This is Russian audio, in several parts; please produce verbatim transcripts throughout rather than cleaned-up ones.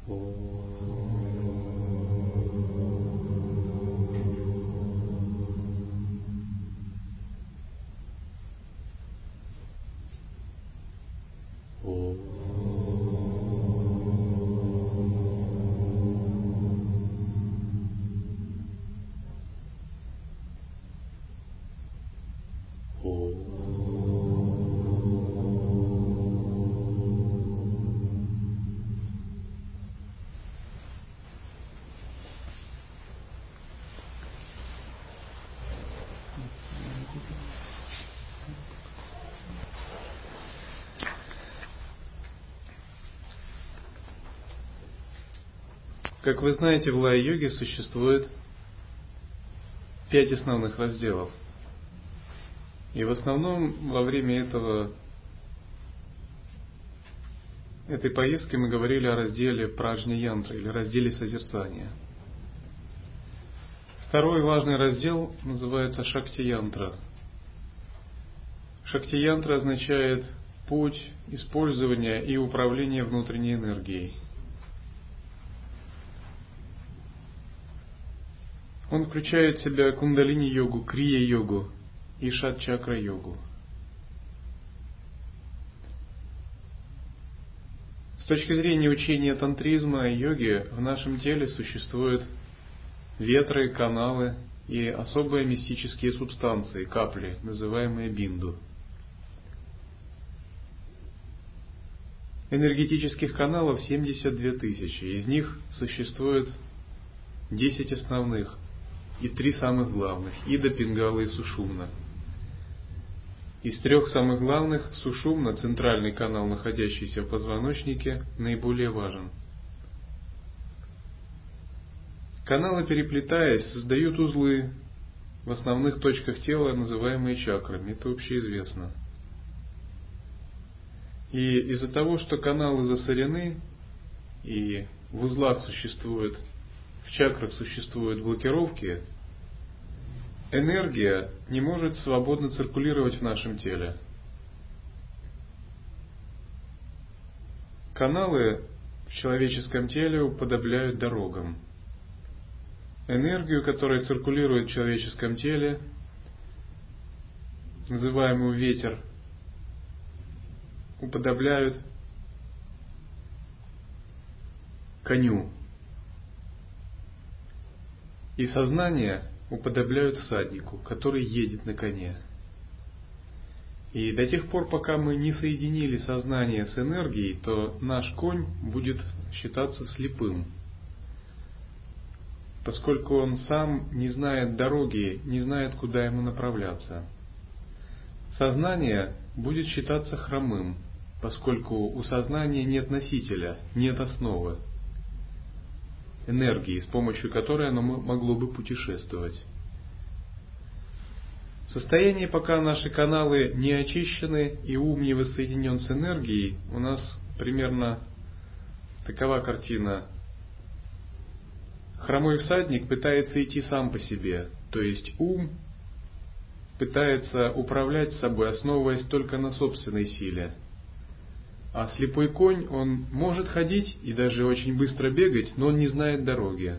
Как вы знаете, в лая-йоге существует пять основных разделов. И в основном во время этого, этой поездки мы говорили о разделе праджня-янтра или разделе созерцания. Второй важный раздел называется шакти-янтра. Шакти-янтра означает путь использования и управления внутренней энергией. Он включает в себя кундалини-йогу, крия-йогу и шат-чакра-йогу. С точки зрения учения тантризма и йоги, в нашем теле существуют ветры, каналы и особые мистические субстанции, капли, называемые бинду. Энергетических каналов семьдесят две тысячи, из них существует десять основных и три самых главных – Ида, Пингала и Сушумна. Из трех самых главных Сушумна, центральный канал, находящийся в позвоночнике, наиболее важен. Каналы, переплетаясь, создают узлы в основных точках тела, называемые чакрами. Это общеизвестно. И из-за того, что каналы засорены, и в узлах существует, в чакрах существуют блокировки, энергия не может свободно циркулировать в нашем теле. Каналы в человеческом теле уподобляют дорогам. Энергию, которая циркулирует в человеческом теле, называемую ветер, уподобляют коню. И сознание уподобляют всаднику, который едет на коне. И до тех пор, пока мы не соединили сознание с энергией, то наш конь будет считаться слепым, поскольку он сам не знает дороги, не знает, куда ему направляться. Сознание будет считаться хромым, поскольку у сознания нет носителя, нет основы, энергии, с помощью которой оно могло бы путешествовать. В состоянии, пока наши каналы не очищены и ум не воссоединен с энергией, у нас примерно такова картина. Хромой всадник пытается идти сам по себе, то есть ум пытается управлять собой, основываясь только на собственной силе. А слепой конь, он может ходить и даже очень быстро бегать, но он не знает дороги.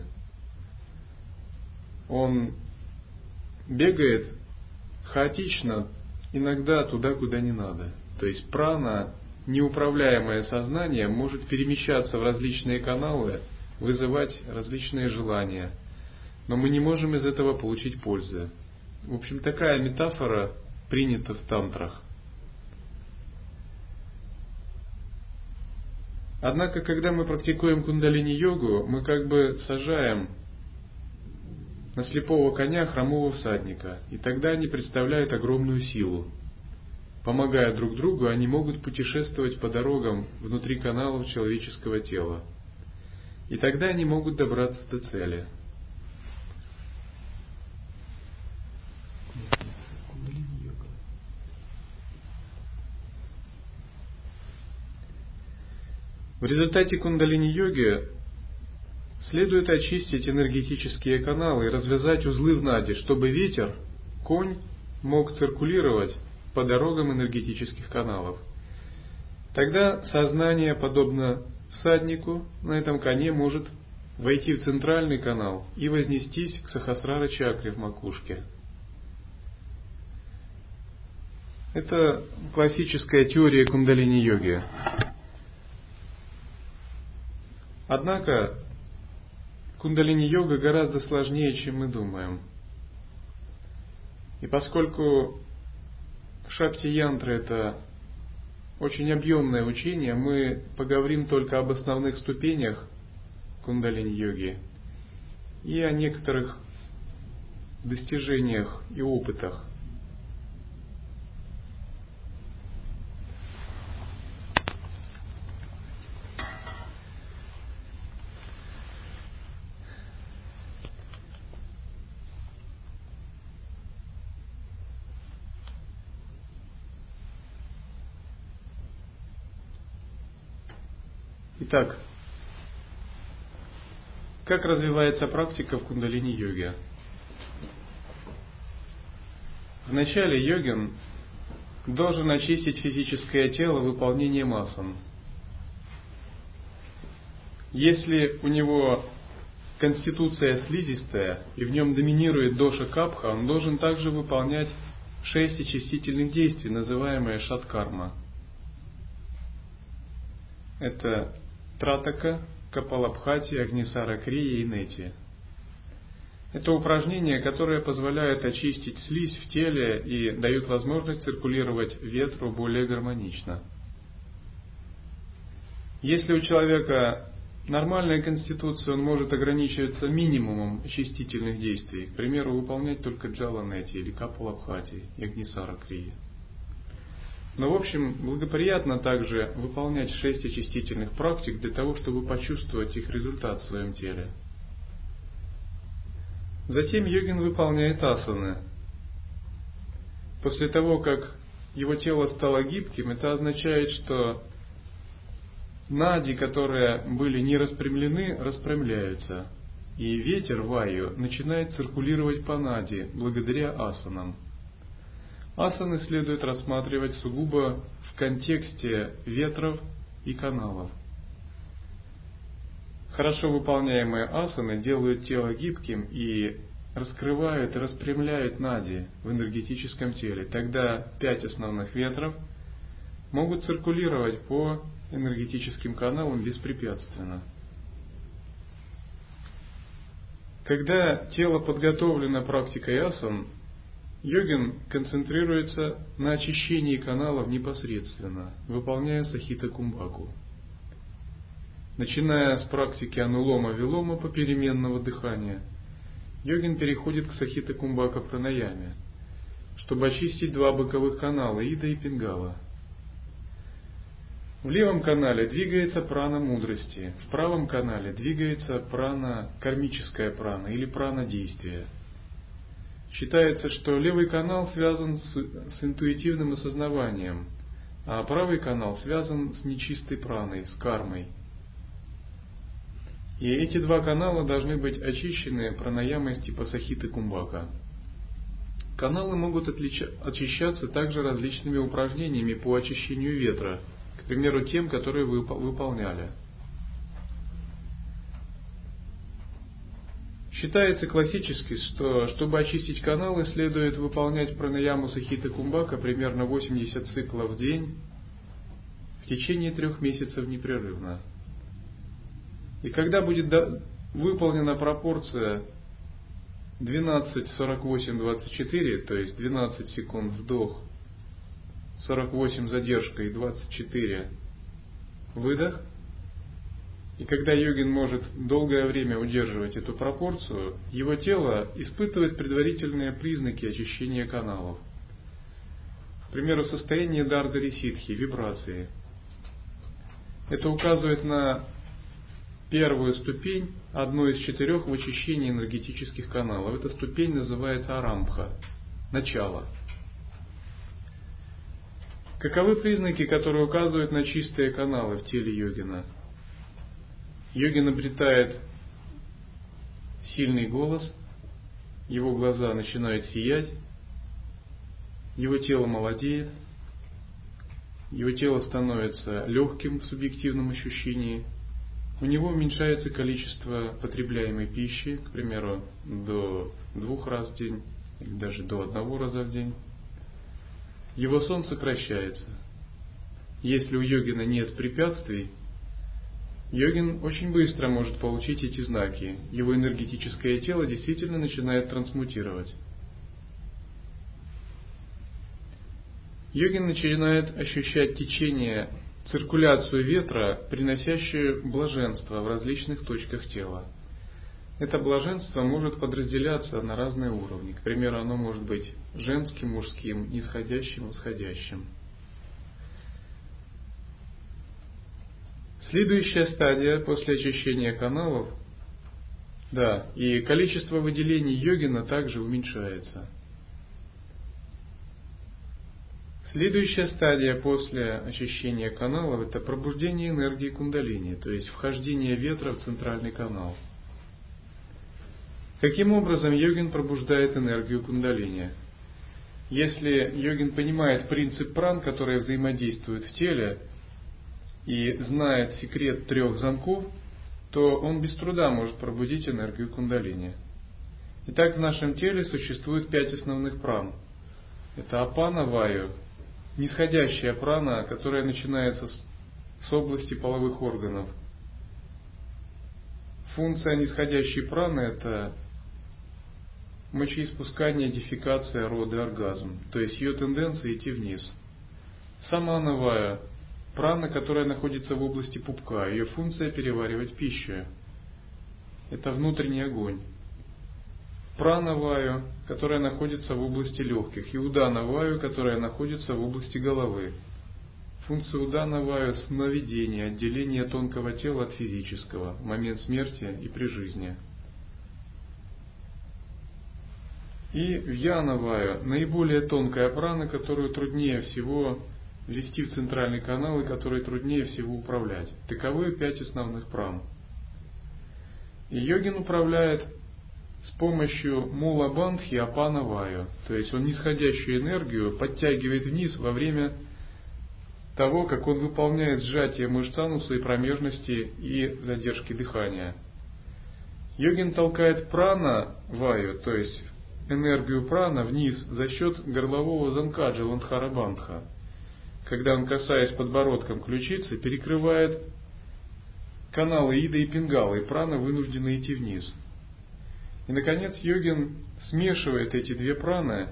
Он бегает хаотично, иногда туда, куда не надо. То есть прана, неуправляемое сознание, может перемещаться в различные каналы, вызывать различные желания. Но мы не можем из этого получить пользы. В общем, такая метафора принята в тантрах. Однако, когда мы практикуем кундалини-йогу, мы как бы сажаем на слепого коня хромого всадника, и тогда они представляют огромную силу. Помогая друг другу, они могут путешествовать по дорогам внутри каналов человеческого тела. И тогда они могут добраться до цели. В результате кундалини-йоги следует очистить энергетические каналы и развязать узлы в нади, чтобы ветер, конь, мог циркулировать по дорогам энергетических каналов. Тогда сознание, подобно всаднику на этом коне может войти в центральный канал и вознестись к Сахасрара чакре в макушке. Это классическая теория кундалини-йоги. Однако кундалини-йога гораздо сложнее, чем мы думаем. И поскольку Шакти-янтра — это очень объемное учение, мы поговорим только об основных ступенях кундалини-йоги и о некоторых достижениях и опытах. Итак, как развивается практика в кундалини-йоге? Вначале йогин должен очистить физическое тело выполнением асан. Если у него конституция слизистая и в нем доминирует доша капха, он должен также выполнять шесть очистительных действий, называемые шаткарма. Это тратака, капалабхати, агнисара крия и нети. Это упражнения, которые позволяют очистить слизь в теле и дают возможность циркулировать ветру более гармонично. Если у человека нормальная конституция, он может ограничиваться минимумом очистительных действий, к примеру, выполнять только джала-нети или капалабхати и агнисара крия. Но, в общем, благоприятно также выполнять шесть очистительных практик для того, чтобы почувствовать их результат в своем теле. Затем йогин выполняет асаны. После того, как его тело стало гибким, это означает, что нади, которые были не распрямлены, распрямляются. И ветер ваю начинает циркулировать по нади благодаря асанам. Асаны следует рассматривать сугубо в контексте ветров и каналов. Хорошо выполняемые асаны делают тело гибким и раскрывают и распрямляют нади в энергетическом теле. Тогда пять основных ветров могут циркулировать по энергетическим каналам беспрепятственно. Когда тело подготовлено практикой асан, йогин концентрируется на очищении каналов непосредственно, выполняя сахита-кумбаку. Начиная с практики анулома-вилома попеременного дыхания, йогин переходит к сахита-кумбака-пранаяме, чтобы очистить два боковых канала, ида и пингала. В левом канале двигается прана мудрости, в правом канале двигается прана, кармическая прана или прана действия. Считается, что левый канал связан с, с интуитивным осознаванием, а правый канал связан с нечистой праной, с кармой. И эти два канала должны быть очищены пранаямой типа сахиты-кумбака. Каналы могут отлича, очищаться также различными упражнениями по очищению ветра, к примеру, тем, которые вы выполняли. Считается классически, что чтобы очистить каналы, следует выполнять пранаяму сахита-кумбака примерно восемьдесят циклов в день в течение трех месяцев непрерывно. И когда будет выполнена пропорция двенадцать, сорок восемь, двадцать четыре, то есть двенадцать секунд вдох, сорок восемь задержка и двадцать четыре выдох, и когда йогин может долгое время удерживать эту пропорцию, его тело испытывает предварительные признаки очищения каналов. К примеру, состояние дардари ситхи, вибрации. Это указывает на первую ступень, одну из четырех в очищении энергетических каналов. Эта ступень называется арамбха, начало. Каковы признаки, которые указывают на чистые каналы в теле йогина? Йогин обретает сильный голос, его глаза начинают сиять, его тело молодеет, его тело становится легким в субъективном ощущении, у него уменьшается количество потребляемой пищи, к примеру, до двух раз в день, или даже до одного раза в день. Его сон сокращается. Если у йогина нет препятствий, йогин очень быстро может получить эти знаки. Его энергетическое тело действительно начинает трансмутировать. Йогин начинает ощущать течение, циркуляцию ветра, приносящую блаженство в различных точках тела. Это блаженство может подразделяться на разные уровни. К примеру, оно может быть женским, мужским, нисходящим, восходящим. Следующая стадия после очищения каналов, да, и количество выделений йогина также уменьшается. Следующая стадия после очищения каналов – это пробуждение энергии кундалини, то есть вхождение ветра в центральный канал. Каким образом йогин пробуждает энергию кундалини? Если йогин понимает принцип пран, которые взаимодействуют в теле, и знает секрет трех замков, то он без труда может пробудить энергию кундалини. Итак, в нашем теле существует пять основных пран. Это апана ваю, нисходящая прана, которая начинается с, с области половых органов. Функция нисходящей праны – это мочеиспускание, дефекация, роды, оргазм. То есть ее тенденция идти вниз. Самана ваю – прана, которая находится в области пупка. Ее функция – переваривать пищу. Это внутренний огонь. Прана ваю, которая находится в области легких, и удана ваю, которая находится в области головы. Функция удана ваю – сновидение, отделение тонкого тела от физического в момент смерти и при жизни. И вьяна ваю – наиболее тонкая прана, которую труднее всего ввести в центральный канал и которой труднее всего управлять. Таковы пять основных пран. И йогин управляет с помощью мула бандхи апана ваю, то есть он нисходящую энергию подтягивает вниз во время того, как он выполняет сжатие мышц ануса и промежности и задержки дыхания. Йогин толкает прана ваю, то есть энергию прана вниз за счет горлового замка Джаландхара Бандха, когда он, касаясь подбородком ключицы, перекрывает каналы Ида и Пингала, и прана вынуждена идти вниз. И, наконец, йогин смешивает эти две праны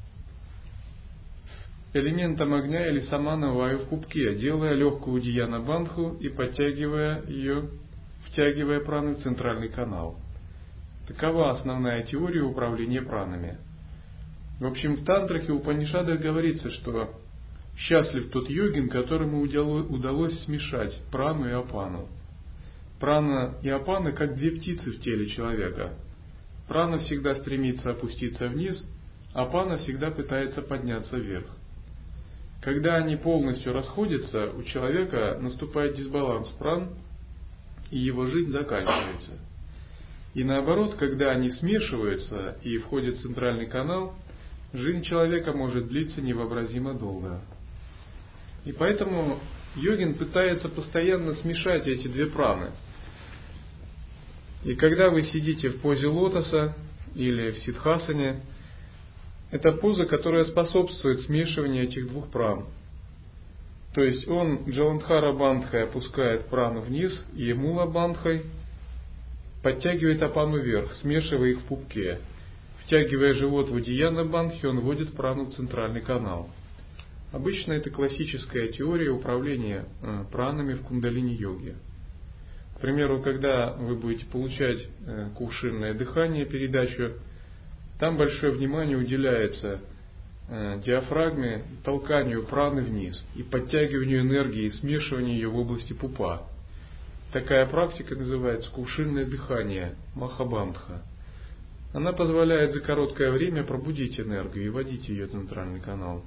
с элементом огня или самана ваю в пупке, делая легкую удияна бандху и подтягивая ее, втягивая праны в центральный канал. Такова основная теория управления пранами. В общем, в тантрах и упанишадах говорится, что счастлив тот йогин, которому удалось смешать прану и апану. Прана и апана как две птицы в теле человека. Прана всегда стремится опуститься вниз, апана всегда пытается подняться вверх. Когда они полностью расходятся, у человека наступает дисбаланс пран, и его жизнь заканчивается. И наоборот, когда они смешиваются и входят в центральный канал, жизнь человека может длиться невообразимо долго. И поэтому йогин пытается постоянно смешать эти две праны. И когда вы сидите в позе лотоса или в сиддхасане, это поза, которая способствует смешиванию этих двух пран. То есть он Джаландхара Бандхой опускает прану вниз, и Мула Бандхой подтягивает апану вверх, смешивая их в пупке. Втягивая живот в Удияна Бандхи, он вводит прану в центральный канал. Обычно это классическая теория управления пранами в кундалини-йоге. К примеру, когда вы будете получать кувшинное дыхание, передачу, там большое внимание уделяется диафрагме, толканию праны вниз и подтягиванию энергии и смешиванию ее в области пупа. Такая практика называется кувшинное дыхание, махабандха. Она позволяет за короткое время пробудить энергию и вводить ее в центральный канал.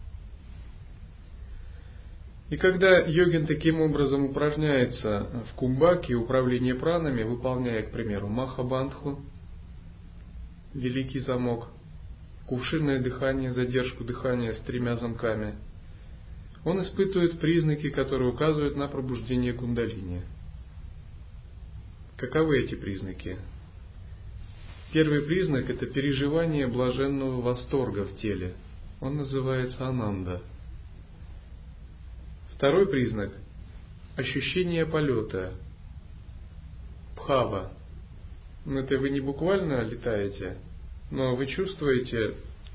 И когда йогин таким образом упражняется в кумбаке, управлении пранами, выполняя, к примеру, махабандху, великий замок, кувшинное дыхание, задержку дыхания с тремя замками, он испытывает признаки, которые указывают на пробуждение кундалини. Каковы эти признаки? Первый признак – это переживание блаженного восторга в теле. Он называется ананда. Второй признак – ощущение полета, бхава. Ну, это вы не буквально летаете, но вы чувствуете,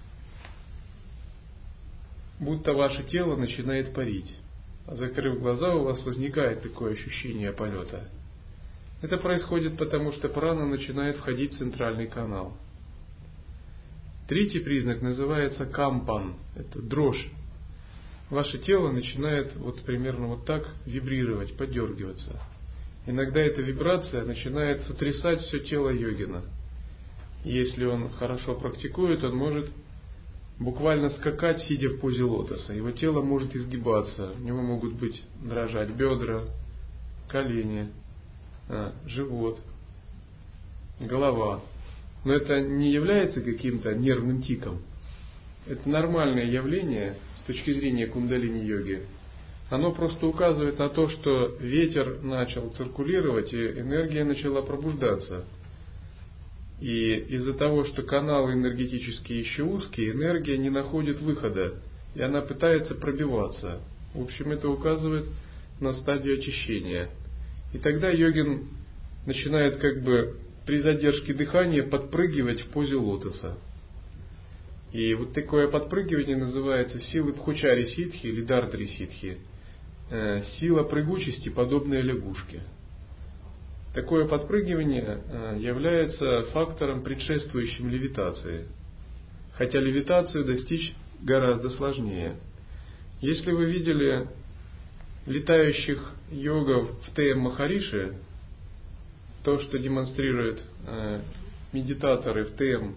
будто ваше тело начинает парить. А закрыв глаза, у вас возникает такое ощущение полета. Это происходит потому, что прана начинает входить в центральный канал. Третий признак называется кампан. Это дрожь. Ваше тело начинает вот примерно вот так вибрировать, подергиваться. Иногда эта вибрация начинает сотрясать все тело йогина. Если он хорошо практикует, он может буквально скакать, сидя в позе лотоса. Его тело может изгибаться, у него могут быть дрожать бедра, колени, а, живот, голова. Но это не является каким-то нервным тиком. Это нормальное явление с точки зрения кундалини-йоги. Оно просто указывает на то, что ветер начал циркулировать, и энергия начала пробуждаться. И из-за того, что каналы энергетические еще узкие, энергия не находит выхода, и она пытается пробиваться. В общем, это указывает на стадию очищения. И тогда йогин начинает как бы при задержке дыхания подпрыгивать в позе лотоса. И вот такое подпрыгивание называется силой Бхучари Ситхи или Дартри Ситхи. Сила прыгучести, подобная лягушке. Такое подпрыгивание является фактором, предшествующим левитации. Хотя левитацию достичь гораздо сложнее. Если вы видели летающих йогов в Тэ Эм Махариши, то, что демонстрируют медитаторы в Тэ Эм,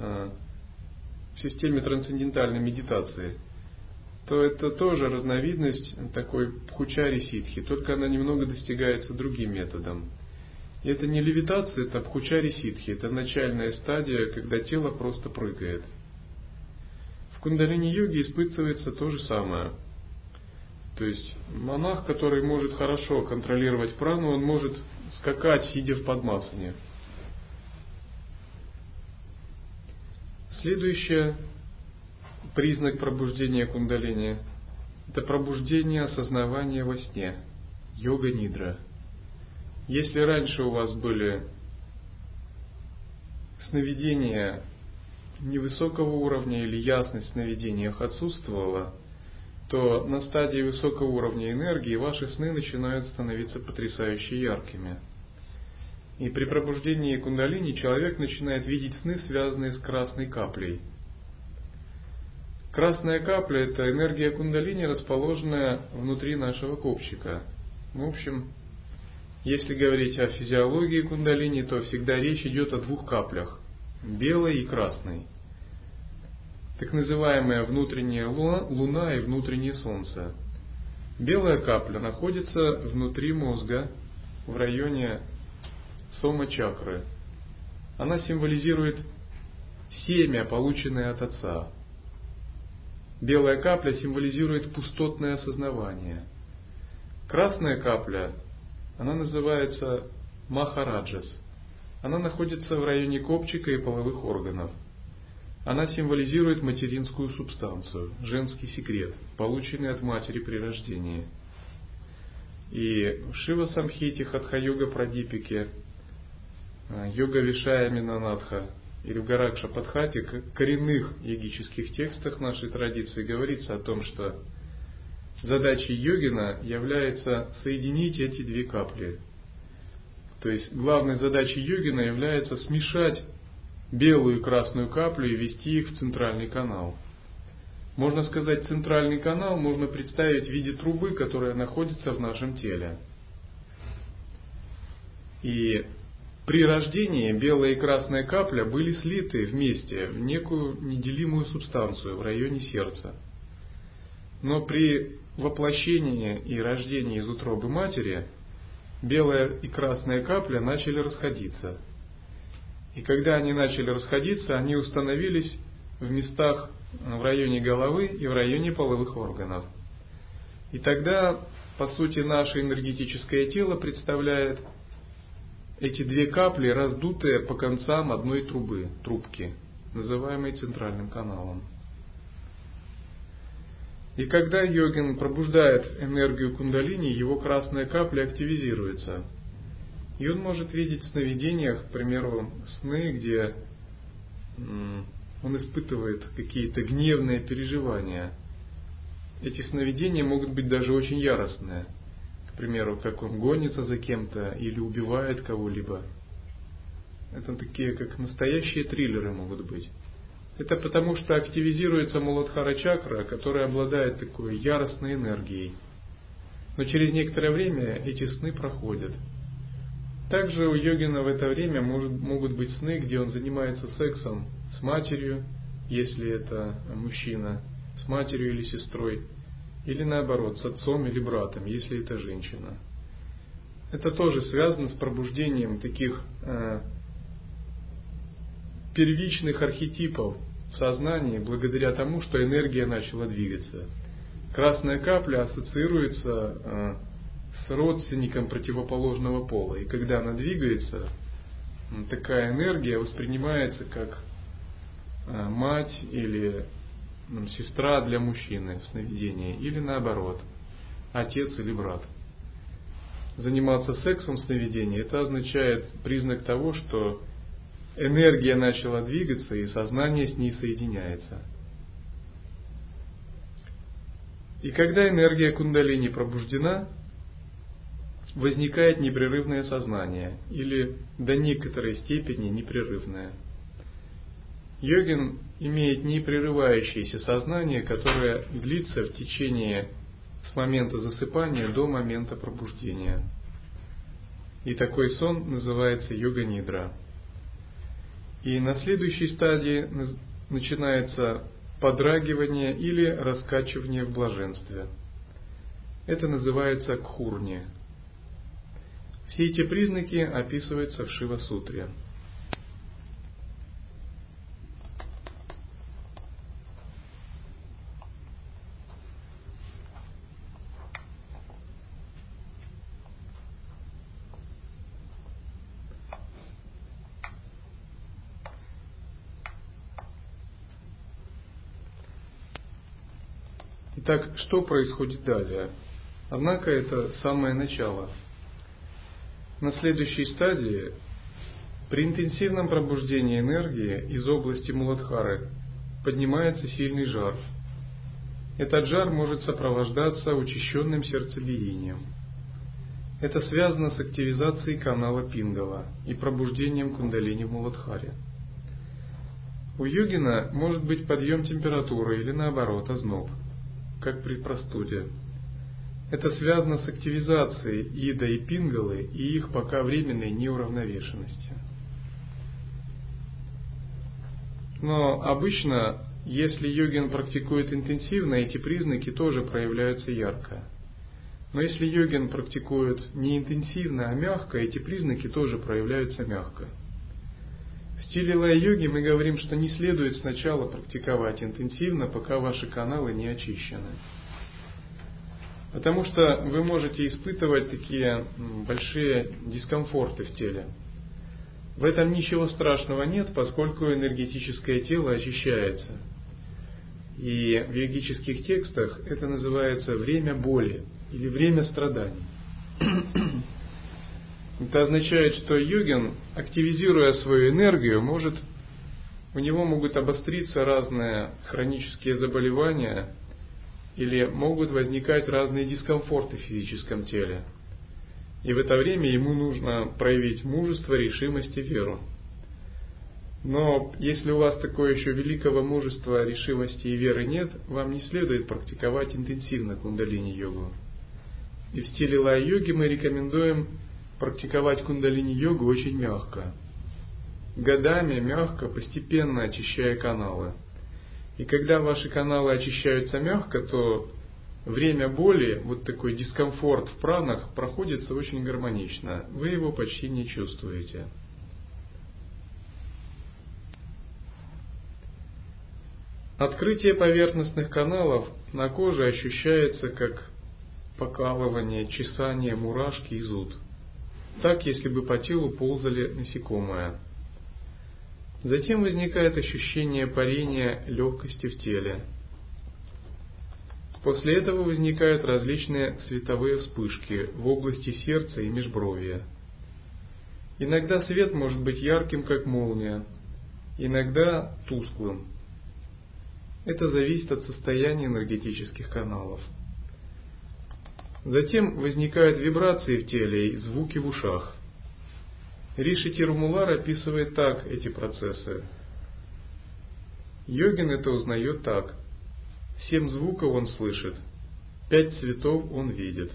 в системе трансцендентальной медитации, то это тоже разновидность такой Бхучари Ситхи, только она немного достигается другим методом. И это не левитация, это Бхучари Ситхи, это начальная стадия, когда тело просто прыгает. В кундалини-йоге испытывается то же самое. То есть монах, который может хорошо контролировать прану, он может скакать, сидя в падмасане. Следующий признак пробуждения кундалини – это пробуждение осознавания во сне, йога-нидра. Если раньше у вас были сновидения невысокого уровня или ясность в сновидениях отсутствовала, то на стадии высокого уровня энергии ваши сны начинают становиться потрясающе яркими. И при пробуждении кундалини человек начинает видеть сны, связанные с красной каплей. Красная капля – это энергия кундалини, расположенная внутри нашего копчика. В общем, если говорить о физиологии кундалини, то всегда речь идет о двух каплях – белой и красной. Так называемая внутренняя луна, луна и внутреннее солнце. Белая капля находится внутри мозга, в районе сома-чакры. Она символизирует семя, полученное от Отца. Белая капля символизирует пустотное осознавание. Красная капля, она называется Махараджас. Она находится в районе копчика и половых органов. Она символизирует материнскую субстанцию, женский секрет, полученный от матери при рождении. И в Шива-самхите, Хатха-йога-прадипике, Йога-вишая-минанатха или в Гаракша-падхате, коренных йогических текстах нашей традиции говорится о том, что задачей йогина является соединить эти две капли. То есть главной задачей йогина является смешать белую и красную каплю и ввести их в центральный канал. Можно сказать, центральный канал можно представить в виде трубы, которая находится в нашем теле. И при рождении белая и красная капля были слиты вместе в некую неделимую субстанцию в районе сердца. Но при воплощении и рождении из утробы матери белая и красная капля начали расходиться. И когда они начали расходиться, они установились в местах в районе головы и в районе половых органов. И тогда, по сути, наше энергетическое тело представляет эти две капли раздутые по концам одной трубы, трубки, называемой центральным каналом. И когда йогин пробуждает энергию кундалини, его красная капля активизируется. И он может видеть в сновидениях, к примеру, сны, где он испытывает какие-то гневные переживания. Эти сновидения могут быть даже очень яростные. К примеру, как он гонится за кем-то или убивает кого-либо. Это такие, как настоящие триллеры могут быть. Это потому, что активизируется Муладхара чакра, которая обладает такой яростной энергией. Но через некоторое время эти сны проходят. Также у йогина в это время может, могут быть сны, где он занимается сексом с матерью, если это мужчина, с матерью или сестрой, или наоборот, с отцом или братом, если это женщина. Это тоже связано с пробуждением таких э, первичных архетипов в сознании, благодаря тому, что энергия начала двигаться. Красная капля ассоциируется э, с родственником противоположного пола, и когда она двигается, такая энергия воспринимается как э, мать или э, сестра для мужчины в сновидении, или наоборот, отец или брат. Заниматься сексом в сновидении — это означает признак того, что энергия начала двигаться, и сознание с ней соединяется. И когда энергия кундалини пробуждена, возникает непрерывное сознание, или до некоторой степени непрерывное. Йогин имеет непрерывающееся сознание, которое длится в течение с момента засыпания до момента пробуждения. И такой сон называется йога-нидра. И на следующей стадии начинается подрагивание или раскачивание в блаженстве. Это называется кхурни. Все эти признаки описываются в Шива-сутре. Итак, что происходит далее? Однако это самое начало. На следующей стадии, при интенсивном пробуждении энергии из области Муладхары, поднимается сильный жар. Этот жар может сопровождаться учащенным сердцебиением. Это связано с активизацией канала Пингала и пробуждением кундалини в Муладхаре. У йогина может быть подъем температуры или наоборот озноб, как при простуде. Это связано с активизацией ида и пингалы и их пока временной неуравновешенности. Но обычно, если йогин практикует интенсивно, эти признаки тоже проявляются ярко. Но если йогин практикует не интенсивно, а мягко, эти признаки тоже проявляются мягко. В стиле лай-йоги мы говорим, что не следует сначала практиковать интенсивно, пока ваши каналы не очищены. Потому что вы можете испытывать такие большие дискомфорты в теле. В этом ничего страшного нет, поскольку энергетическое тело очищается. И в йогических текстах это называется время боли или время страданий. Это означает, что йогин, активизируя свою энергию, может, у него могут обостриться разные хронические заболевания или могут возникать разные дискомфорты в физическом теле. И в это время ему нужно проявить мужество, решимость и веру. Но если у вас такое еще великого мужества, решимости и веры нет, вам не следует практиковать интенсивно кундалини-йогу. И в стиле лай-йоги мы рекомендуем практиковать кундалини-йогу очень мягко. Годами, мягко, постепенно очищая каналы. И когда ваши каналы очищаются мягко, то время боли, вот такой дискомфорт в пранах, проходится очень гармонично. Вы его почти не чувствуете. Открытие поверхностных каналов на коже ощущается как покалывание, чесание, мурашки и зуд. так, если бы по телу ползали насекомые. Затем возникает ощущение парения, легкости в теле. После этого возникают различные световые вспышки в области сердца и межбровья. Иногда свет может быть ярким, как молния, иногда тусклым. Это зависит от состояния энергетических каналов. Затем возникают вибрации в теле и звуки в ушах. Риши Тирумулар описывает так эти процессы. Йогин это узнает так. Семь звуков он слышит, пять цветов он видит.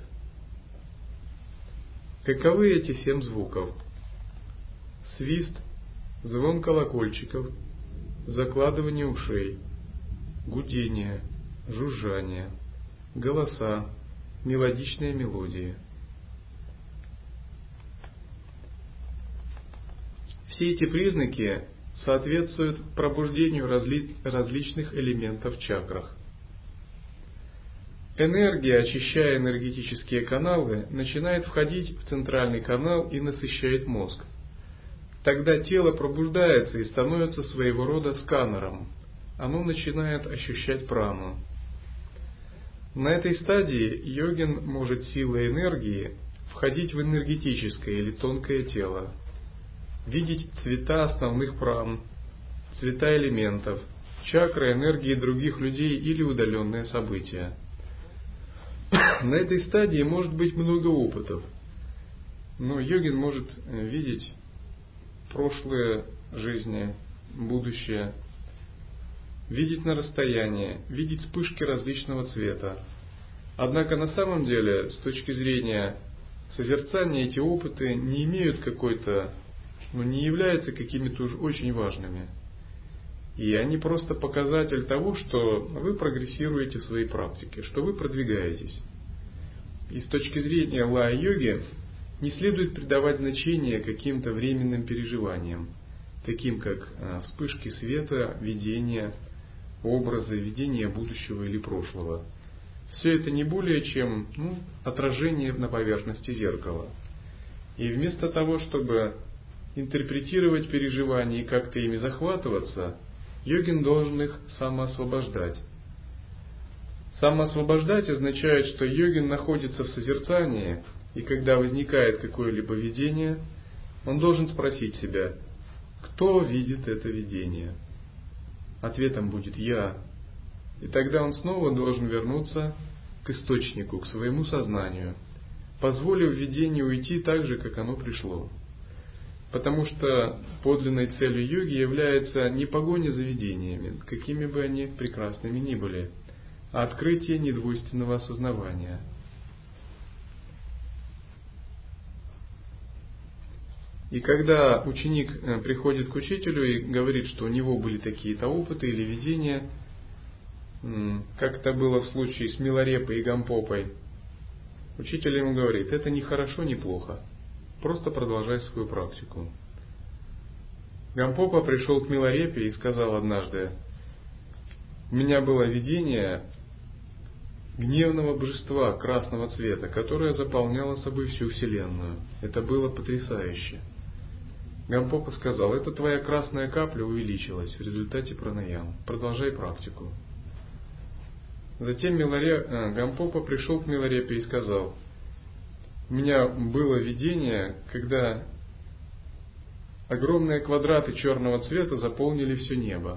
Каковы эти семь звуков? Свист, звон колокольчиков, закладывание ушей, гудение, жужжание, голоса, мелодичные мелодии. Все эти признаки соответствуют пробуждению разли- различных элементов в чакрах. Энергия, очищая энергетические каналы, начинает входить в центральный канал и насыщает мозг. Тогда тело пробуждается и становится своего рода сканером. Оно начинает ощущать прану. На этой стадии йогин может силой энергии входить в энергетическое или тонкое тело, видеть цвета основных пран, цвета элементов, чакры энергии других людей или удаленные события. На этой стадии может быть много опытов, но йогин может видеть прошлые жизни, будущее, видеть на расстоянии, видеть вспышки различного цвета. Однако на самом деле, с точки зрения созерцания, эти опыты не имеют какой-то, ну, не являются какими-то уж очень важными. И они просто показатель того, что вы прогрессируете в своей практике, что вы продвигаетесь. И с точки зрения лая-йоги не следует придавать значение каким-то временным переживаниям, таким как вспышки света, видения, образы, видения будущего или прошлого. Все это не более чем ну, отражение на поверхности зеркала. И вместо того, чтобы интерпретировать переживания и как-то ими захватываться, йогин должен их самоосвобождать. Самоосвобождать означает, что йогин находится в созерцании, и когда возникает какое-либо видение, он должен спросить себя, кто видит это видение? Ответом будет «я». И тогда он снова должен вернуться к источнику, к своему сознанию, позволив видению уйти так же, как оно пришло. Потому что подлинной целью йоги является не погоня за видениями, какими бы они прекрасными ни были, а открытие недвойственного осознавания. И когда ученик приходит к учителю и говорит, что у него были такие-то опыты или видения, как это было в случае с Миларепой и Гампопой, учитель ему говорит, это не хорошо, не плохо, просто продолжай свою практику. Гампопа пришел к Миларепе и сказал однажды, у меня было видение гневного божества красного цвета, которое заполняло собой всю Вселенную. Это было потрясающе. Гампопа сказал, это твоя красная капля увеличилась в результате пранаям. Продолжай практику. Затем Миларе... Гампопа пришел к Миларепе и сказал, у меня было видение, когда огромные квадраты черного цвета заполнили все небо.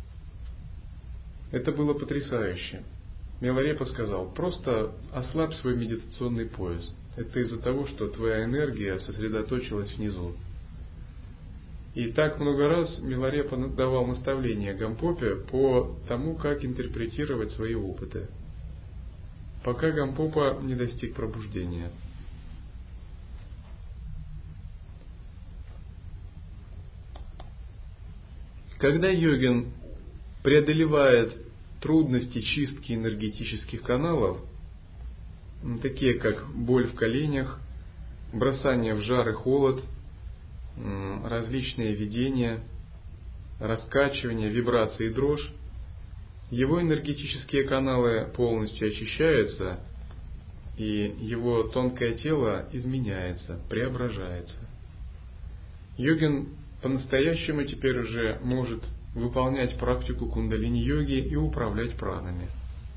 Это было потрясающе. Миларепа сказал, просто ослабь свой медитационный пояс. Это из-за того, что твоя энергия сосредоточилась внизу. И так много раз Миларепа давал наставления Гампопе по тому, как интерпретировать свои опыты, пока Гампопа не достиг пробуждения. Когда йогин преодолевает трудности чистки энергетических каналов, такие как боль в коленях, бросание в жар и холод, различные видения, раскачивание, вибрации и дрожь, его энергетические каналы полностью очищаются, и его тонкое тело изменяется, преображается. Йогин по-настоящему теперь уже может выполнять практику кундалини-йоги и управлять пранами.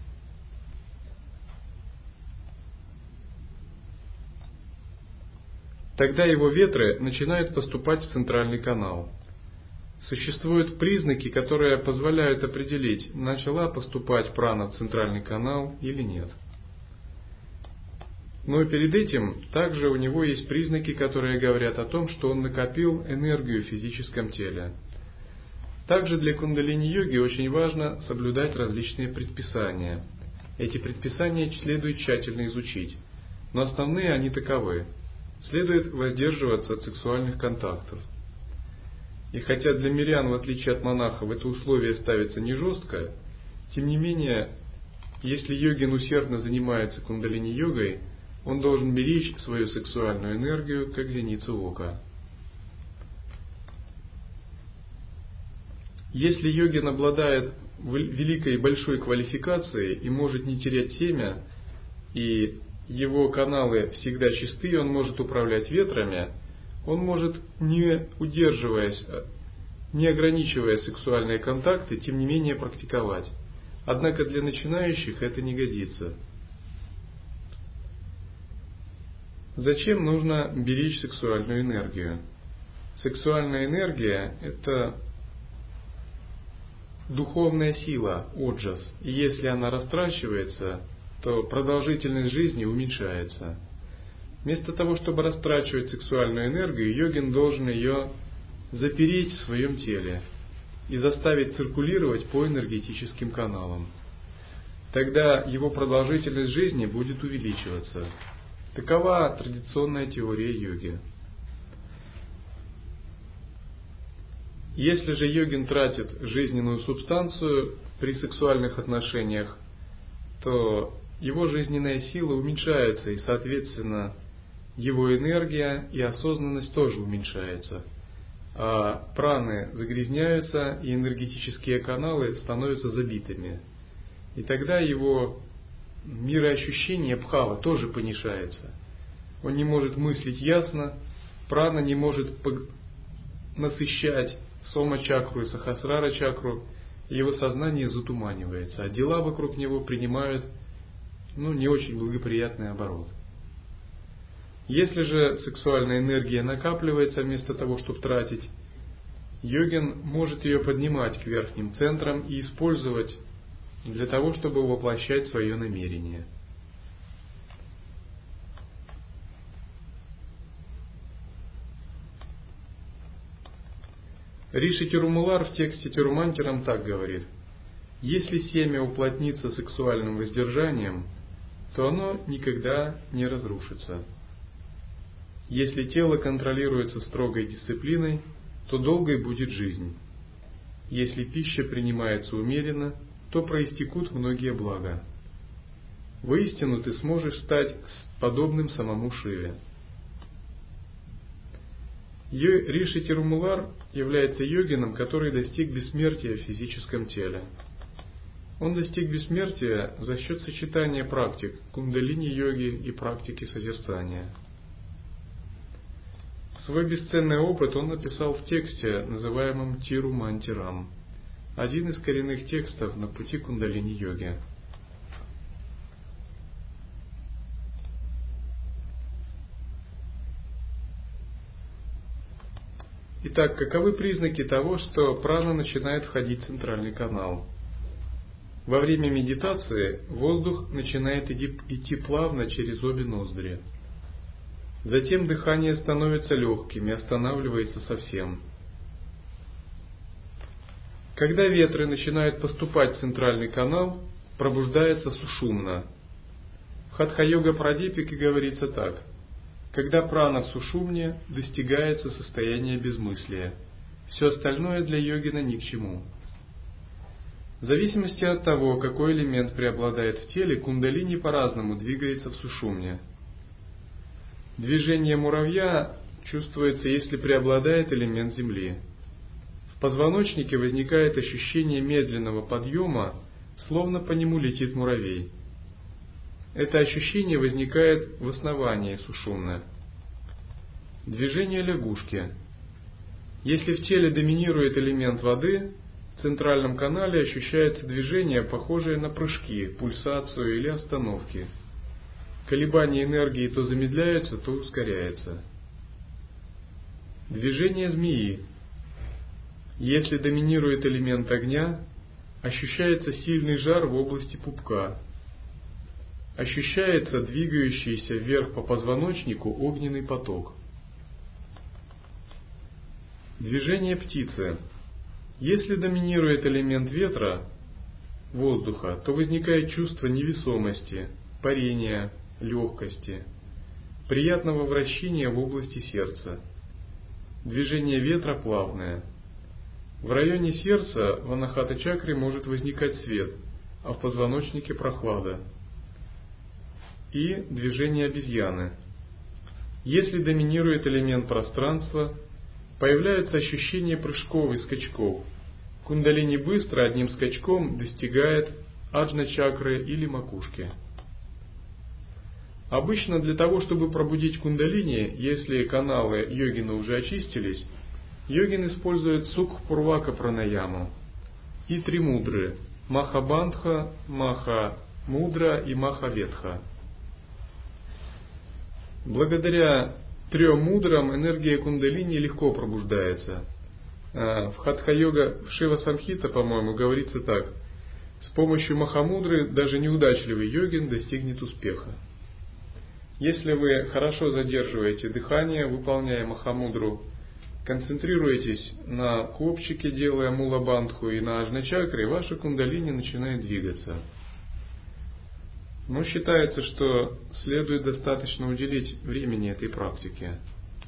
Тогда его ветры начинают поступать в центральный канал. Существуют признаки, которые позволяют определить, начала поступать прана в центральный канал или нет. Но перед этим также у него есть признаки, которые говорят о том, что он накопил энергию в физическом теле. Также для кундалини-йоги очень важно соблюдать различные предписания. Эти предписания следует тщательно изучить, но основные они таковы. Следует воздерживаться от сексуальных контактов. И хотя для мирян, в отличие от монахов, это условие ставится не жестко, тем не менее, если йогин усердно занимается кундалини-йогой, он должен беречь свою сексуальную энергию, как зеницу ока. Если йогин обладает великой и большой квалификацией и может не терять семя, и его каналы всегда чисты, он может управлять ветрами, он может, не удерживаясь, не ограничивая сексуальные контакты, тем не менее практиковать. Однако для начинающих это не годится. Зачем нужно беречь сексуальную энергию? Сексуальная энергия – это духовная сила, оджас, и если она растрачивается, то продолжительность жизни уменьшается. Вместо того, чтобы растрачивать сексуальную энергию, йогин должен ее запереть в своем теле и заставить циркулировать по энергетическим каналам. Тогда его продолжительность жизни будет увеличиваться. Такова традиционная теория йоги. Если же йогин тратит жизненную субстанцию при сексуальных отношениях, то его жизненная сила уменьшается, и, соответственно, его энергия и осознанность тоже уменьшается. А праны загрязняются, и энергетические каналы становятся забитыми. И тогда его мироощущение бхава тоже понижается. Он не может мыслить ясно, прана не может насыщать сома-чакру и сахасрара-чакру, и его сознание затуманивается, а дела вокруг него принимают ну, не очень благоприятный оборот. Если же сексуальная энергия накапливается вместо того, чтобы тратить, йогин может ее поднимать к верхним центрам и использовать для того, чтобы воплощать свое намерение. Риши Тирумалар в тексте Тирумантирам так говорит: если семя уплотнится сексуальным воздержанием, то оно никогда не разрушится. Если тело контролируется строгой дисциплиной, то долгой будет жизнь. Если пища принимается умеренно, то проистекут многие блага. Воистину ты сможешь стать подобным самому Шиве. Риши Тирумалар является йогином, который достиг бессмертия в физическом теле. Он достиг бессмертия за счет сочетания практик кундалини-йоги и практики созерцания. Свой бесценный опыт он написал в тексте, называемом Тирумантирам, один из коренных текстов на пути кундалини-йоги. Итак, каковы признаки того, что прана начинает входить в центральный канал? Во время медитации воздух начинает идти плавно через обе ноздри. Затем дыхание становится легким и останавливается совсем. Когда ветры начинают поступать в центральный канал, пробуждается сушумна. В Хатха-йога Прадипике говорится так: когда прана в сушумне, достигается состояние безмыслия. Все остальное для йогина ни к чему. В зависимости от того, какой элемент преобладает в теле, кундалини по-разному двигается в сушумне. Движение муравья чувствуется, если преобладает элемент земли. В позвоночнике возникает ощущение медленного подъема, словно по нему летит муравей. это ощущение возникает в основании сушумны. Движение лягушки. Если в теле доминирует элемент воды, в центральном канале ощущается движение, похожее на прыжки, пульсацию или остановки. Колебания энергии то замедляются, то ускоряются. Движение змеи. Если доминирует элемент огня, ощущается сильный жар в области пупка. Ощущается двигающийся вверх по позвоночнику огненный поток. Движение птицы. Если доминирует элемент ветра, воздуха, то возникает чувство невесомости, парения, легкости, приятного вращения в области сердца. Движение ветра плавное. В районе сердца в анахата-чакре может возникать свет, а в позвоночнике прохлада. И движение обезьяны. Если доминирует элемент пространства, появляется ощущение прыжков и скачков. Кундалини быстро одним скачком достигает аджна-чакры или макушки. Обычно для того, чтобы пробудить кундалини, если каналы йогина уже очистились, йогин использует сукх-пурвака пранаяму и три мудры – маха-бандха, маха-мудра и маха-ветха. Благодаря трем мудрам энергия кундалини легко пробуждается. В хатха-йога, в Шива-самхита, по-моему, говорится так: с помощью махамудры даже неудачливый йогин достигнет успеха. Если вы хорошо задерживаете дыхание, выполняя махамудру, концентрируетесь на копчике, делая мула-бандху, и на аджна-чакре, ваша кундалини начинает двигаться. Но считается, что следует достаточно уделить времени этой практике.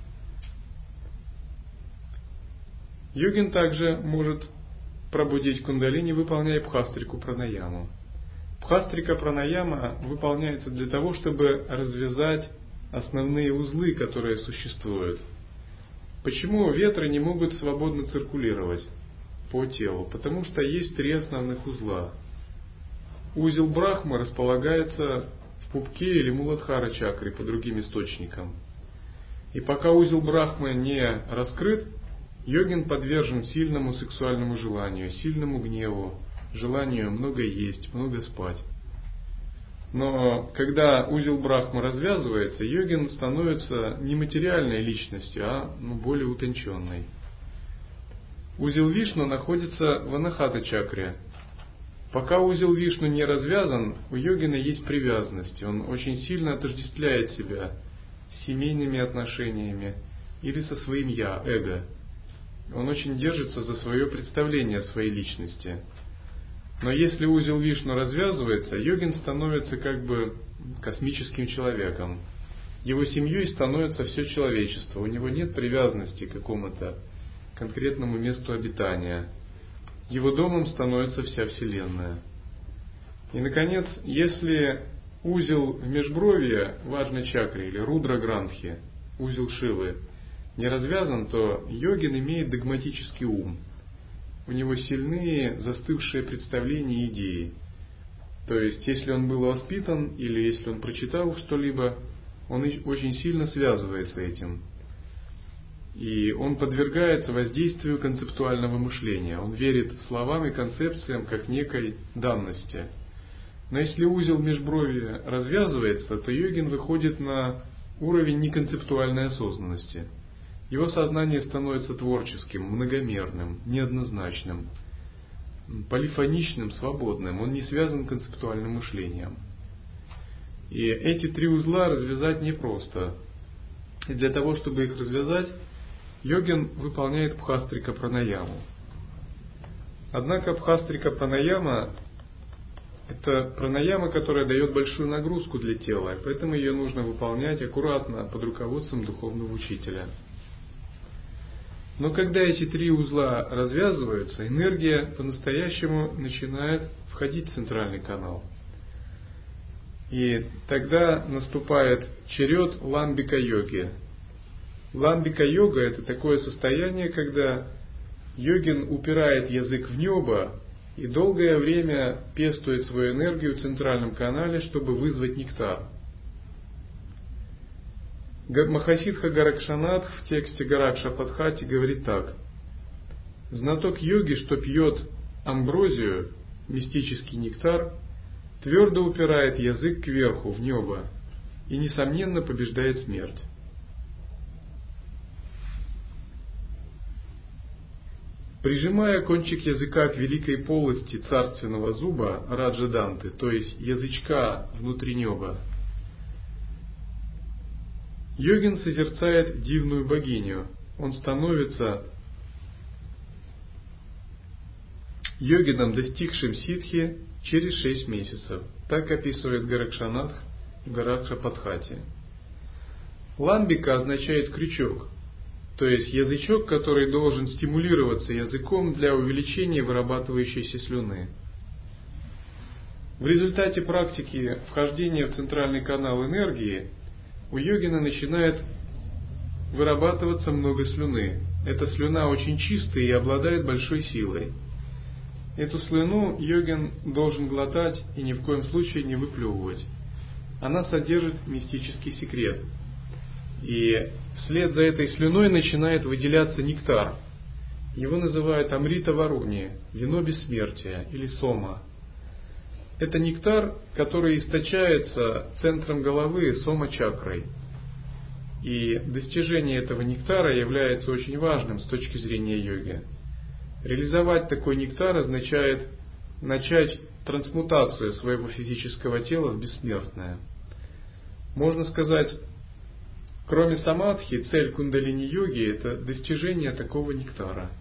Йогин также может пробудить кундалини, выполняя бхастрику пранаяму. Бхастрика пранаяма выполняется для того, чтобы развязать основные узлы, которые существуют. Почему ветры не могут свободно циркулировать по телу? Потому что есть три основных узла. Узел Брахмы располагается в пупке или муладхара чакре по другим источникам. И пока узел Брахмы не раскрыт, йогин подвержен сильному сексуальному желанию, сильному гневу, желанию много есть, много спать. Но когда узел Брахмы развязывается, йогин становится не материальной личностью, а ну, более утонченной. Узел Вишну находится в анахата-чакре. Пока узел Вишну не развязан, у йогина есть привязанность. Он очень сильно отождествляет себя с семейными отношениями или со своим «я», эго. Он очень держится за свое представление о своей личности. Но если узел Вишну развязывается, йогин становится как бы космическим человеком. Его семьей становится все человечество. У него нет привязанности к какому-то конкретному месту обитания. Его домом становится вся Вселенная. И, наконец, если узел в межбровье в аджна-чакре или рудра-грантхи, узел Шивы, не развязан, то йогин имеет догматический ум. У него сильные застывшие представления и идеи. То есть, если он был воспитан или если он прочитал что-либо, он очень сильно связывается этим. И он подвергается воздействию концептуального мышления. Он верит словам и концепциям как некой данности. Но если узел межбровья развязывается, то йогин выходит на уровень неконцептуальной осознанности. Его сознание становится творческим, многомерным, неоднозначным, полифоничным, свободным. Он не связан концептуальным мышлением. И эти три узла развязать непросто. И для того, чтобы их развязать, йогин выполняет бхастрика пранаяму. Однако бхастрика пранаяма – это пранаяма, которая дает большую нагрузку для тела, поэтому ее нужно выполнять аккуратно под руководством духовного учителя. Но когда эти три узла развязываются, энергия по-настоящему начинает входить в центральный канал. И тогда наступает черед ламбика-йоги. Ламбика-йога – это такое состояние, когда йогин упирает язык в небо и долгое время пестует свою энергию в центральном канале, чтобы вызвать нектар. Махасидха Горакшанатх в тексте Горакшападхати говорит так: знаток йоги, что пьет амброзию, мистический нектар, твердо упирает язык кверху, в небо, и, несомненно, побеждает смерть. Прижимая кончик языка к великой полости царственного зуба Раджаданты, то есть язычка внутри неба, йогин созерцает дивную богиню. Он становится йогином, достигшим ситхи, через шесть месяцев. Так описывает Горакшанатх в Горакшападхати. Ламбика означает крючок, то есть язычок, который должен стимулироваться языком для увеличения вырабатывающейся слюны. В результате практики вхождения в центральный канал энергии у йогина начинает вырабатываться много слюны. Эта слюна очень чистая и обладает большой силой. Эту слюну йогин должен глотать и ни в коем случае не выплевывать. Она содержит мистический секрет. И вслед за этой слюной начинает выделяться нектар. Его называют амрита варуни, вино бессмертия или сома. Это нектар, который источается центром головы сома-чакрой. И достижение этого нектара является очень важным с точки зрения йоги. Реализовать такой нектар означает начать трансмутацию своего физического тела в бессмертное. Можно сказать, кроме самадхи, цель кундалини-йоги – это достижение такого нектара.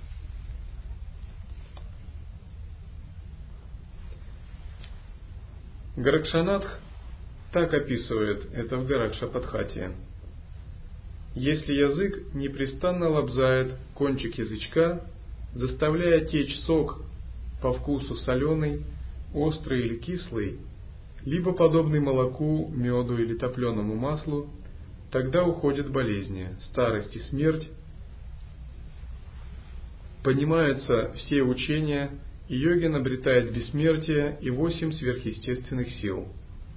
Горакшанатх так описывает это в Горакшападхати. Если язык непрестанно лобзает кончик язычка, заставляя течь сок по вкусу соленый, острый или кислый, либо подобный молоку, меду или топленому маслу, тогда уходят болезни, старость и смерть, понимаются все учения, и йогин обретает бессмертие и восемь сверхъестественных сил.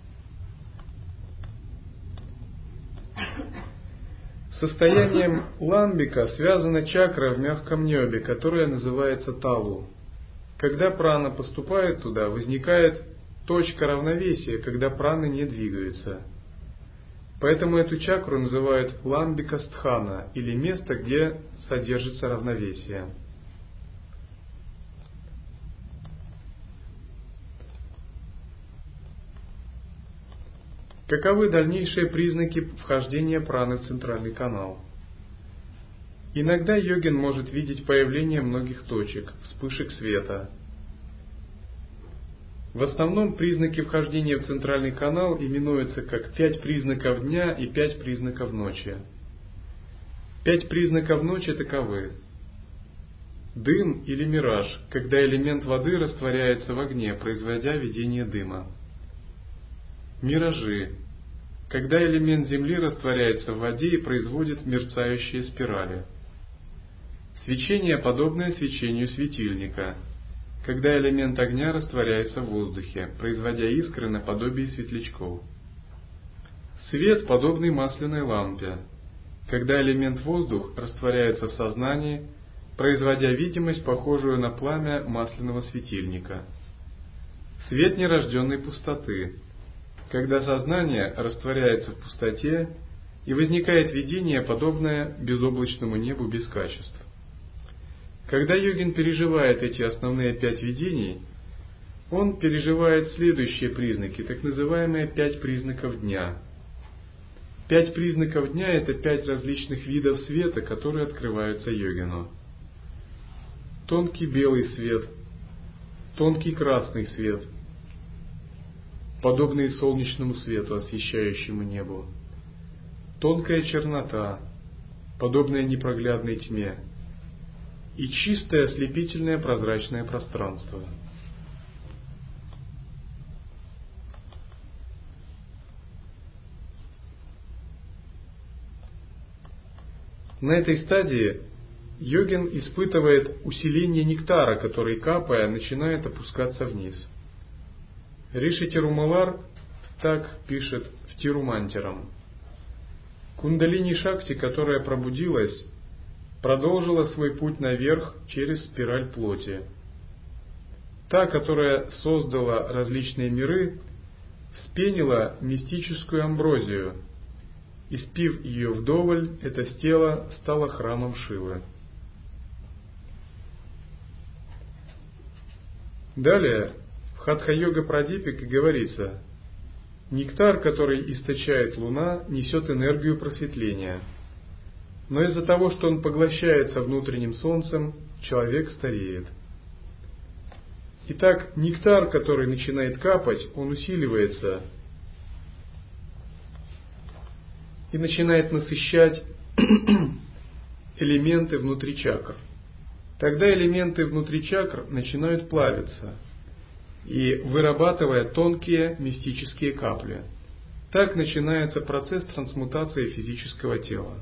С состоянием ламбика связана чакра в мягком небе, которая называется талу. Когда прана поступает туда, возникает точка равновесия, когда праны не двигаются. Поэтому эту чакру называют ламбика стхана, или место, где содержится равновесие. Каковы дальнейшие признаки вхождения праны в центральный канал? Иногда йогин может видеть появление многих точек, вспышек света. В основном признаки вхождения в центральный канал именуются как пять признаков дня и пять признаков ночи. Пять признаков ночи таковы: дым или мираж, когда элемент воды растворяется в огне, производя видение дыма. Миражи, когда элемент земли растворяется в воде и производит мерцающие спирали. Свечение, подобное свечению светильника, когда элемент огня растворяется в воздухе, производя искры наподобие светлячков. Свет, подобный масляной лампе, когда элемент воздух растворяется в сознании, производя видимость, похожую на пламя масляного светильника. Свет нерожденной пустоты, когда сознание растворяется в пустоте и возникает видение, подобное безоблачному небу без качеств. Когда йогин переживает эти основные пять видений, он переживает следующие признаки, так называемые пять признаков дня. Пять признаков дня – это пять различных видов света, которые открываются йогину. Тонкий белый свет, тонкий красный свет, подобный солнечному свету, освещающему небо. Тонкая чернота, подобная непроглядной тьме. И чистое ослепительное прозрачное пространство. На этой стадии йогин испытывает усиление нектара, который, капая, начинает опускаться вниз. Риши Тирумалар так пишет в Тирумантирам. Кундалини Шакти, которая пробудилась, продолжила свой путь наверх через спираль плоти. Та, которая создала различные миры, вспенила мистическую амброзию, и, спив ее вдоволь, это тело стало храмом Шивы. Далее в Хатха-йога Прадипике говорится: нектар, который источает луна, несет энергию просветления, но из-за того, что он поглощается внутренним солнцем, человек стареет. Итак, нектар, который начинает капать, он усиливается и начинает насыщать элементы внутри чакр. Тогда элементы внутри чакр начинают плавиться и вырабатывая тонкие мистические капли. Так начинается процесс трансмутации физического тела.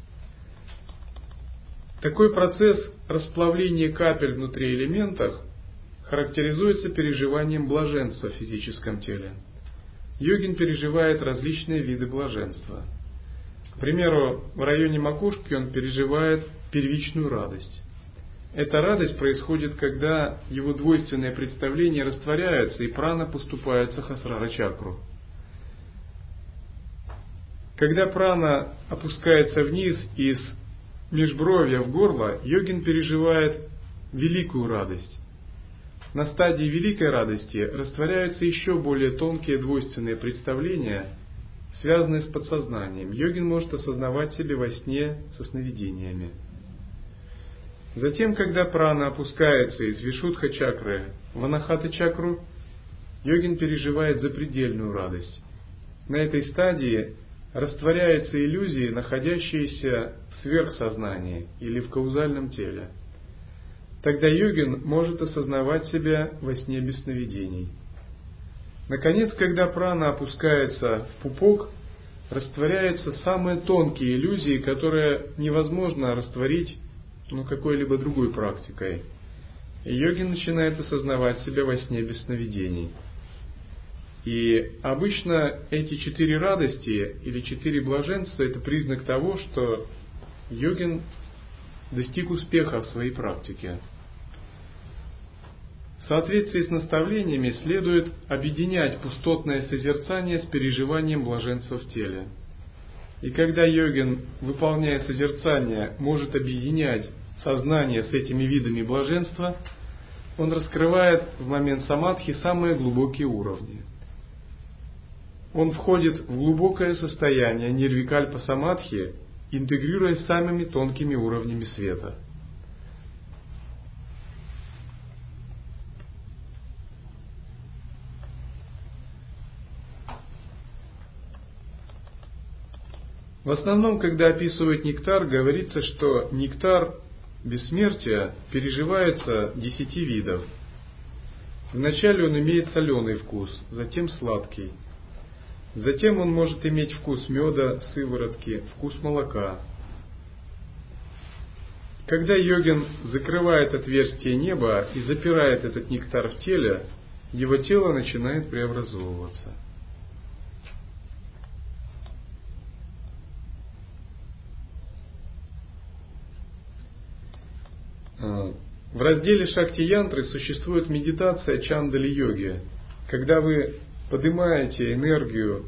Такой процесс расплавления капель внутри элементов характеризуется переживанием блаженства в физическом теле. Йогин переживает различные виды блаженства. К примеру, в районе макушки он переживает первичную радость. Эта радость происходит, когда его двойственные представления растворяются и прана поступает в сахасрара-чакру. Когда прана опускается вниз из межбровья в горло, йогин переживает великую радость. На стадии великой радости растворяются еще более тонкие двойственные представления, связанные с подсознанием. Йогин может осознавать себя во сне со сновидениями. Затем, когда прана опускается из вишудха-чакры в анахата-чакру, йогин переживает запредельную радость. На этой стадии растворяются иллюзии, находящиеся в сверхсознании или в каузальном теле. Тогда йогин может осознавать себя во сне без сновидений. Наконец, когда прана опускается в пупок, растворяются самые тонкие иллюзии, которые невозможно растворить ну, какой-либо другой практикой. И йогин начинает осознавать себя во сне без сновидений. И обычно эти четыре радости или четыре блаженства – это признак того, что йогин достиг успеха в своей практике. В соответствии с наставлениями следует объединять пустотное созерцание с переживанием блаженства в теле. И когда йогин, выполняя созерцание, может объединять сознание с этими видами блаженства, он раскрывает в момент самадхи самые глубокие уровни. Он входит в глубокое состояние нирвикальпа самадхи, интегрируясь с самыми тонкими уровнями света. В основном, когда описывают нектар, говорится, что нектар бессмертия переживается десяти видов. Вначале он имеет соленый вкус, затем сладкий. Затем он может иметь вкус меда, сыворотки, вкус молока. Когда йогин закрывает отверстие неба и запирает этот нектар в теле, его тело начинает преобразовываться. В разделе Шакти-янтры существует медитация чандали-йоги, когда вы поднимаете энергию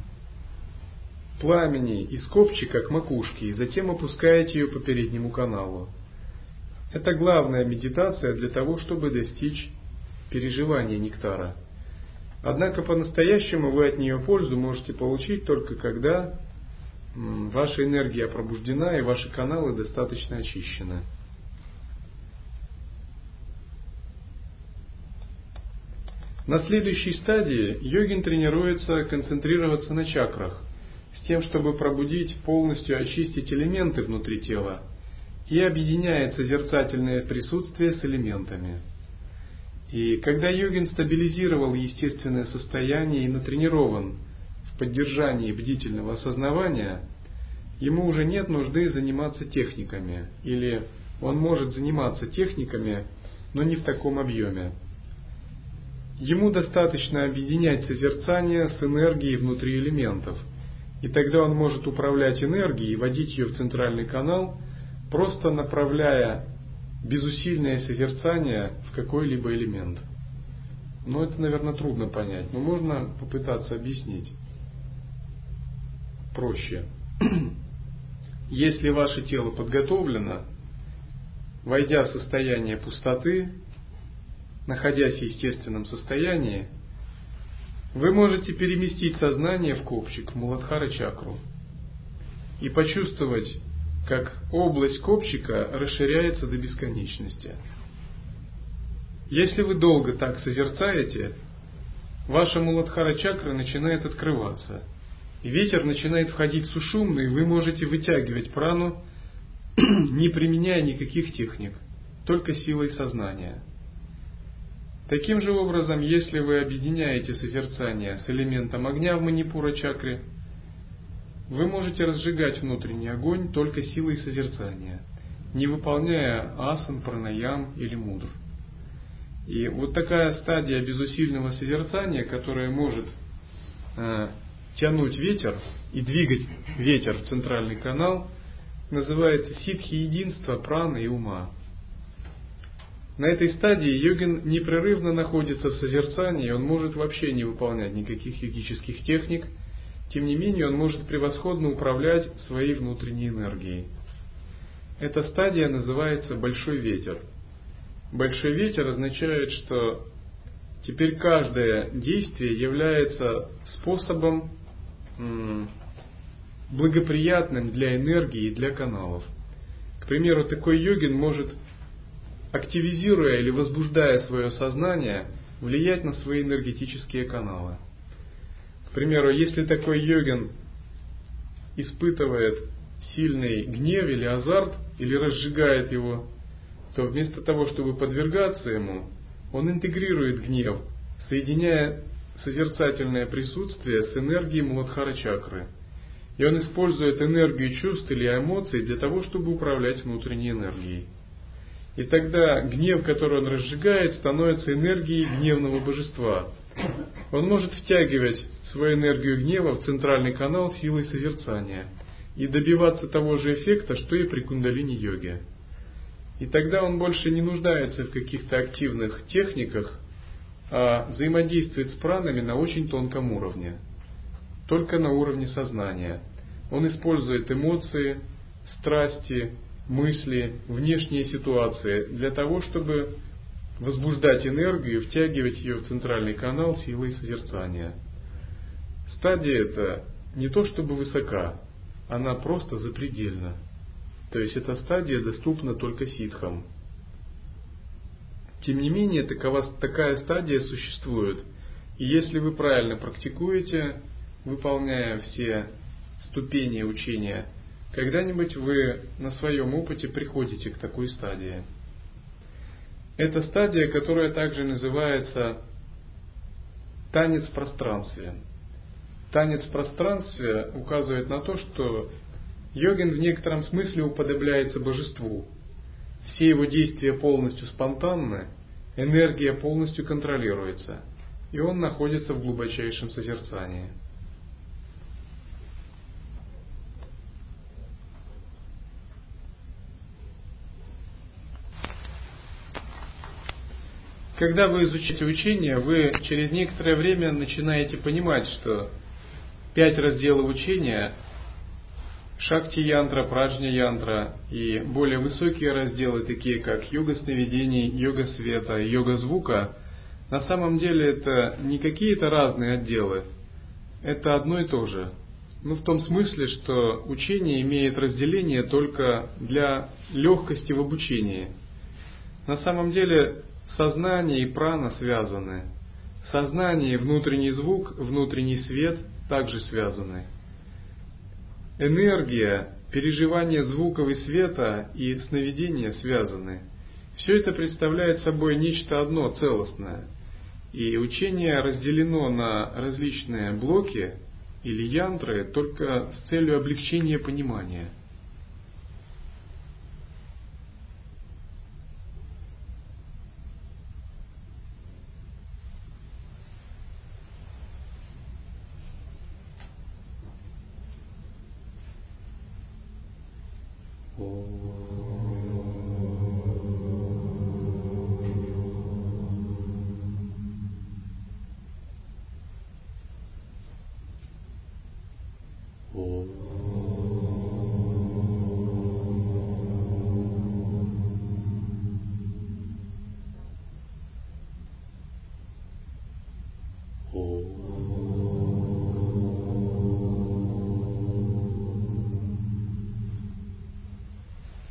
пламени из копчика к макушке и затем опускаете ее по переднему каналу. Это главная медитация для того, чтобы достичь переживания нектара. Однако по-настоящему вы от нее пользу можете получить только когда ваша энергия пробуждена и ваши каналы достаточно очищены. На следующей стадии йогин тренируется концентрироваться на чакрах, с тем, чтобы пробудить, полностью очистить элементы внутри тела, и объединяет созерцательное присутствие с элементами. И когда йогин стабилизировал естественное состояние и натренирован в поддержании бдительного осознавания, ему уже нет нужды заниматься техниками или он может заниматься техниками, но не в таком объеме. Ему достаточно объединять созерцание с энергией внутри элементов, и тогда он может управлять энергией и вводить ее в центральный канал, просто направляя безусильное созерцание в какой-либо элемент. Но это, наверное, трудно понять, но можно попытаться объяснить проще. Если ваше тело подготовлено, войдя в состояние пустоты, находясь в естественном состоянии, вы можете переместить сознание в копчик, в Муладхара-чакру, и почувствовать, как область копчика расширяется до бесконечности. Если вы долго так созерцаете, ваша Муладхара-чакра начинает открываться, и ветер начинает входить в сушумну, и вы можете вытягивать прану, не применяя никаких техник, только силой сознания. Таким же образом, если вы объединяете созерцание с элементом огня в Манипура-чакре, вы можете разжигать внутренний огонь только силой созерцания, не выполняя асан, пранаям или мудр. И вот такая стадия безусильного созерцания, которая может э, тянуть ветер и двигать ветер в центральный канал, называется ситхи единства праны и ума. На этой стадии йогин непрерывно находится в созерцании, он может вообще не выполнять никаких йогических техник, тем не менее он может превосходно управлять своей внутренней энергией. Эта стадия называется большой ветер. Большой ветер означает, что теперь каждое действие является способом м, благоприятным для энергии и для каналов. К примеру, такой йогин может, активизируя или возбуждая свое сознание, влиять на свои энергетические каналы. К примеру, если такой йогин испытывает сильный гнев или азарт, или разжигает его, то вместо того, чтобы подвергаться ему, он интегрирует гнев, соединяя созерцательное присутствие с энергией Муладхара-чакры. И он использует энергию чувств или эмоций для того, чтобы управлять внутренней энергией. И тогда гнев, который он разжигает, становится энергией гневного божества. Он может втягивать свою энергию гнева в центральный канал силой созерцания и добиваться того же эффекта, что и при кундалини-йоге. И тогда он больше не нуждается в каких-то активных техниках, а взаимодействует с пранами на очень тонком уровне, только на уровне сознания. Он использует эмоции, страсти, мысли, внешние ситуации для того, чтобы возбуждать энергию, втягивать ее в центральный канал силой созерцания. Стадия эта не то чтобы высока, она просто запредельна. То есть эта стадия доступна только ситхам. Тем не менее, такова, такая стадия существует. И если вы правильно практикуете, выполняя все ступени учения, когда-нибудь вы на своем опыте приходите к такой стадии. Это стадия, которая также называется танец в пространстве. Танец в пространстве указывает на то, что йогин в некотором смысле уподобляется божеству. Все его действия полностью спонтанны, энергия полностью контролируется, и он находится в глубочайшем созерцании. Когда вы изучаете учение, вы через некоторое время начинаете понимать, что пять разделов учения — Шакти-янтра, Праджня-янтра и более высокие разделы, такие как йога сновидений, йога света, йога звука, на самом деле это не какие-то разные отделы, это одно и то же. Ну, в том смысле, что учение имеет разделение только для легкости в обучении. На самом деле сознание и прана связаны. Сознание и внутренний звук, внутренний свет также связаны. Энергия, переживание звуков и света и сновидения связаны. Все это представляет собой нечто одно, целостное. И учение разделено на различные блоки или янтры только с целью облегчения понимания. Om.